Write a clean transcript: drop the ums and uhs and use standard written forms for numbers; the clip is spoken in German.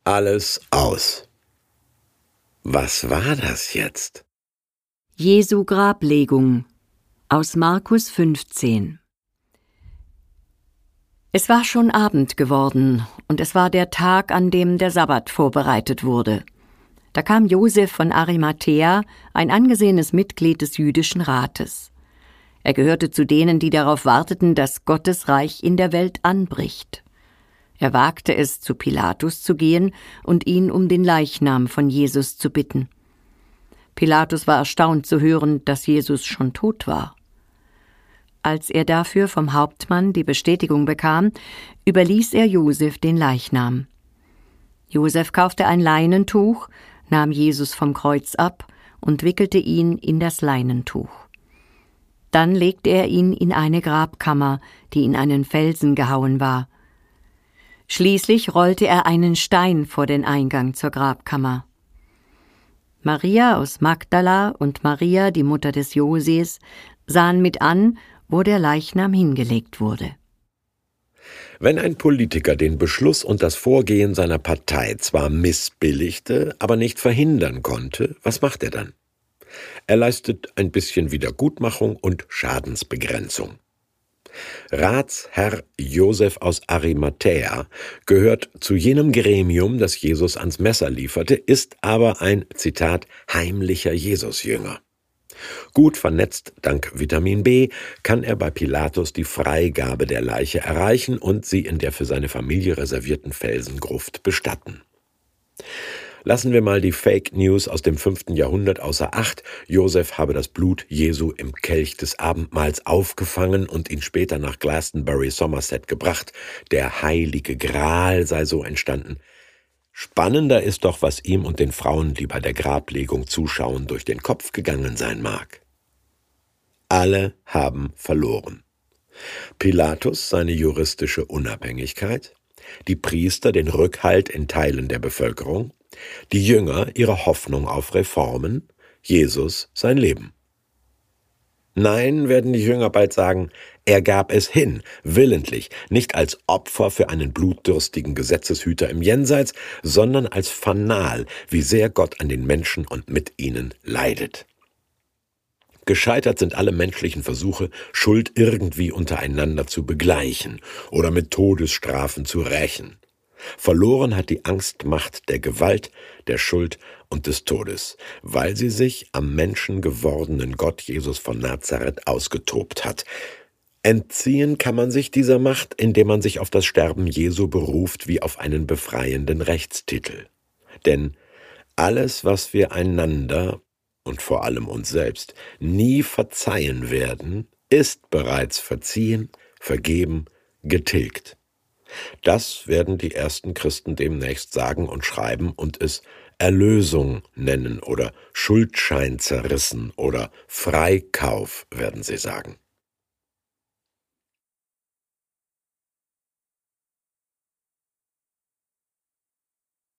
Alles aus. Was war das jetzt? Jesu Grablegung aus Markus 15. Es war schon Abend geworden, und es war der Tag, an dem der Sabbat vorbereitet wurde. Da kam Josef von Arimathäa, ein angesehenes Mitglied des jüdischen Rates. Er gehörte zu denen, die darauf warteten, dass Gottes Reich in der Welt anbricht. Er wagte es, zu Pilatus zu gehen und ihn um den Leichnam von Jesus zu bitten. Pilatus war erstaunt zu hören, dass Jesus schon tot war. Als er dafür vom Hauptmann die Bestätigung bekam, überließ er Josef den Leichnam. Josef kaufte ein Leinentuch, nahm Jesus vom Kreuz ab und wickelte ihn in das Leinentuch. Dann legte er ihn in eine Grabkammer, die in einen Felsen gehauen war. Schließlich rollte er einen Stein vor den Eingang zur Grabkammer. Maria aus Magdala und Maria, die Mutter des Joses, sahen mit an, wo der Leichnam hingelegt wurde. Wenn ein Politiker den Beschluss und das Vorgehen seiner Partei zwar missbilligte, aber nicht verhindern konnte, was macht er dann? Er leistet ein bisschen Wiedergutmachung und Schadensbegrenzung. Ratsherr Josef aus Arimathäa gehört zu jenem Gremium, das Jesus ans Messer lieferte, ist aber ein, Zitat, heimlicher Jesusjünger. Gut vernetzt dank Vitamin B kann er bei Pilatus die Freigabe der Leiche erreichen und sie in der für seine Familie reservierten Felsengruft bestatten. Lassen wir mal die Fake News aus dem 5. Jahrhundert außer Acht. Josef habe das Blut Jesu im Kelch des Abendmahls aufgefangen und ihn später nach Glastonbury, Somerset gebracht. Der heilige Gral sei so entstanden. Spannender ist doch, was ihm und den Frauen, die bei der Grablegung zuschauen, durch den Kopf gegangen sein mag. Alle haben verloren. Pilatus seine juristische Unabhängigkeit, die Priester den Rückhalt in Teilen der Bevölkerung, die Jünger ihre Hoffnung auf Reformen, Jesus sein Leben. Nein, werden die Jünger bald sagen, er gab es hin, willentlich, nicht als Opfer für einen blutdürstigen Gesetzeshüter im Jenseits, sondern als Fanal, wie sehr Gott an den Menschen und mit ihnen leidet. Gescheitert sind alle menschlichen Versuche, Schuld irgendwie untereinander zu begleichen oder mit Todesstrafen zu rächen. Verloren hat die Angstmacht der Gewalt, der Schuld und des Todes, weil sie sich am menschengewordenen Gott Jesus von Nazareth ausgetobt hat. Entziehen kann man sich dieser Macht, indem man sich auf das Sterben Jesu beruft wie auf einen befreienden Rechtstitel. Denn alles, was wir einander und vor allem uns selbst nie verzeihen werden, ist bereits verziehen, vergeben, getilgt. Das werden die ersten Christen demnächst sagen und schreiben und es Erlösung nennen oder Schuldschein zerrissen oder Freikauf werden sie sagen.